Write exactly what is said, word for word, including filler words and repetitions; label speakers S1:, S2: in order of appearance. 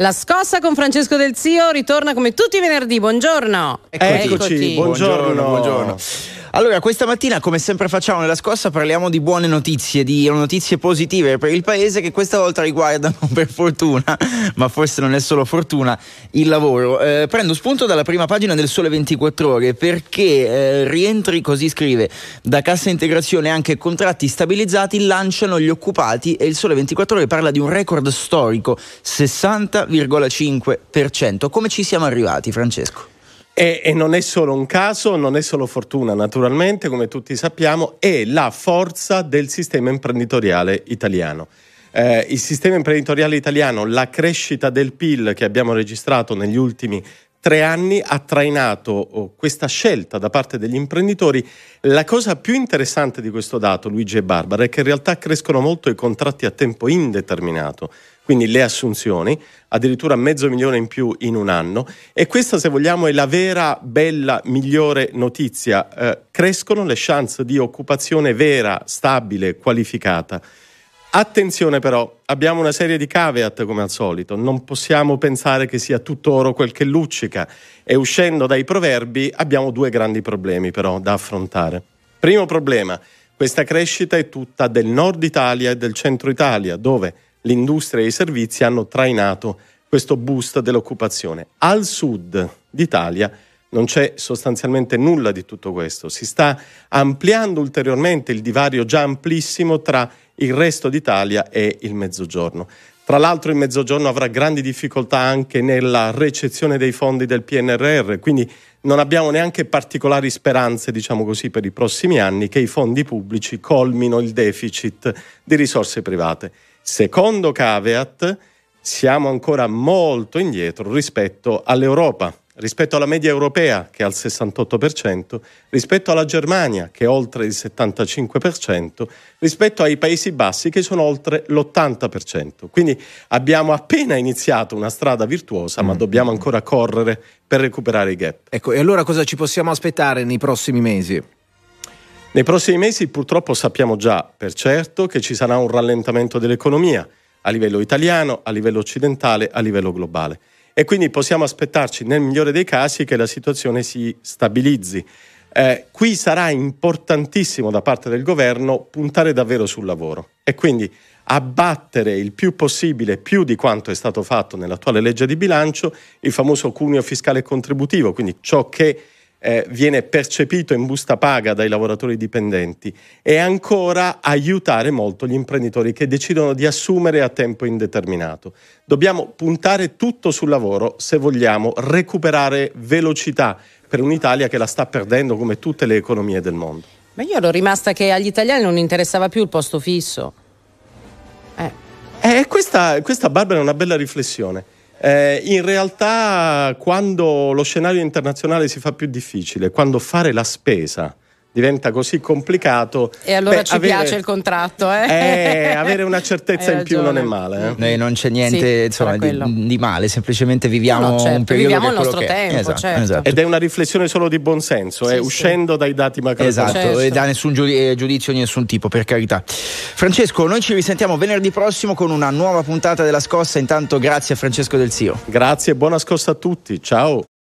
S1: La scossa con Francesco Del Zio ritorna come tutti i venerdì. Buongiorno.
S2: Eccoci, Eccoci. Buongiorno. buongiorno, buongiorno.
S3: Allora, questa mattina, come sempre facciamo nella scossa, parliamo di buone notizie, di notizie positive per il paese, che questa volta riguardano, per fortuna, ma forse non è solo fortuna, il lavoro. Eh, prendo spunto dalla prima pagina del Sole ventiquattro Ore, perché eh, rientri, così scrive, da cassa integrazione anche contratti stabilizzati lanciano gli occupati, e il Sole ventiquattro Ore parla di un record storico, sessanta virgola cinque per cento. Come ci siamo arrivati, Francesco?
S2: E, e non è solo un caso, non è solo fortuna, naturalmente, come tutti sappiamo, è la forza del sistema imprenditoriale italiano. Eh, il sistema imprenditoriale italiano, la crescita del P I L che abbiamo registrato negli ultimi tre anni ha trainato oh, questa scelta da parte degli imprenditori. La cosa più interessante di questo dato, Luigi e Barbara, è che in realtà crescono molto i contratti a tempo indeterminato, quindi le assunzioni, addirittura mezzo milione in più in un anno, e questa, se vogliamo, è la vera, bella, migliore notizia. Eh, crescono le chance di occupazione vera, stabile, qualificata. Attenzione però, abbiamo una serie di caveat come al solito, non possiamo pensare che sia tutto oro quel che luccica, e uscendo dai proverbi abbiamo due grandi problemi però da affrontare. Primo problema, questa crescita è tutta del nord Italia e del centro Italia, dove l'industria e i servizi hanno trainato questo boost dell'occupazione. Al sud d'Italia non c'è sostanzialmente nulla di tutto questo. Si sta ampliando ulteriormente il divario già amplissimo tra il resto d'Italia e il Mezzogiorno. Tra l'altro il Mezzogiorno avrà grandi difficoltà anche nella ricezione dei fondi del P N R R, quindi non abbiamo neanche particolari speranze, diciamo così, per i prossimi anni che i fondi pubblici colmino il deficit di risorse private. Secondo caveat, siamo ancora molto indietro rispetto all'Europa, rispetto alla media europea che è al sessantotto per cento, rispetto alla Germania che è oltre il settantacinque per cento, rispetto ai Paesi Bassi che sono oltre l'ottanta per cento. Quindi abbiamo appena iniziato una strada virtuosa, ma dobbiamo ancora correre per recuperare i gap.
S4: Ecco, e allora cosa ci possiamo aspettare nei prossimi mesi?
S2: Nei prossimi mesi purtroppo sappiamo già per certo che ci sarà un rallentamento dell'economia a livello italiano, a livello occidentale, a livello globale. E quindi possiamo aspettarci, nel migliore dei casi, che la situazione si stabilizzi. Eh, qui sarà importantissimo da parte del governo puntare davvero sul lavoro e quindi abbattere il più possibile, più di quanto è stato fatto nell'attuale legge di bilancio, il famoso cuneo fiscale e contributivo, quindi ciò che Eh, viene percepito in busta paga dai lavoratori dipendenti, e ancora aiutare molto gli imprenditori che decidono di assumere a tempo indeterminato. Dobbiamo puntare tutto sul lavoro se vogliamo recuperare velocità per un'Italia che la sta perdendo come tutte le economie del mondo.
S1: Ma io ero rimasta che agli italiani non interessava più il posto fisso.
S2: Eh, eh questa, questa Barbara è una bella riflessione. Eh, in realtà, quando lo scenario internazionale si fa più difficile, quando fare la spesa diventa così complicato,
S1: e allora
S2: beh,
S1: ci
S2: avere,
S1: piace il contratto, eh?
S2: eh, avere una certezza in più non è male, eh?
S3: Noi non c'è niente
S1: sì,
S3: insomma, di, di male, semplicemente viviamo
S1: no, certo,
S3: un periodo
S1: viviamo il
S3: che è
S1: nostro
S3: quello che
S1: tempo,
S3: è. Esatto,
S1: certo.
S3: esatto.
S2: Ed è una riflessione solo di buonsenso,
S1: sì,
S2: eh,
S1: sì.
S2: uscendo dai dati macroeconomici.
S3: Esatto,
S1: certo.
S3: e da nessun giudizio di nessun tipo, per carità. Francesco, noi ci risentiamo venerdì prossimo con una nuova puntata della Scossa. Intanto grazie a Francesco Del Zio.
S2: Grazie e buona scossa a tutti, ciao.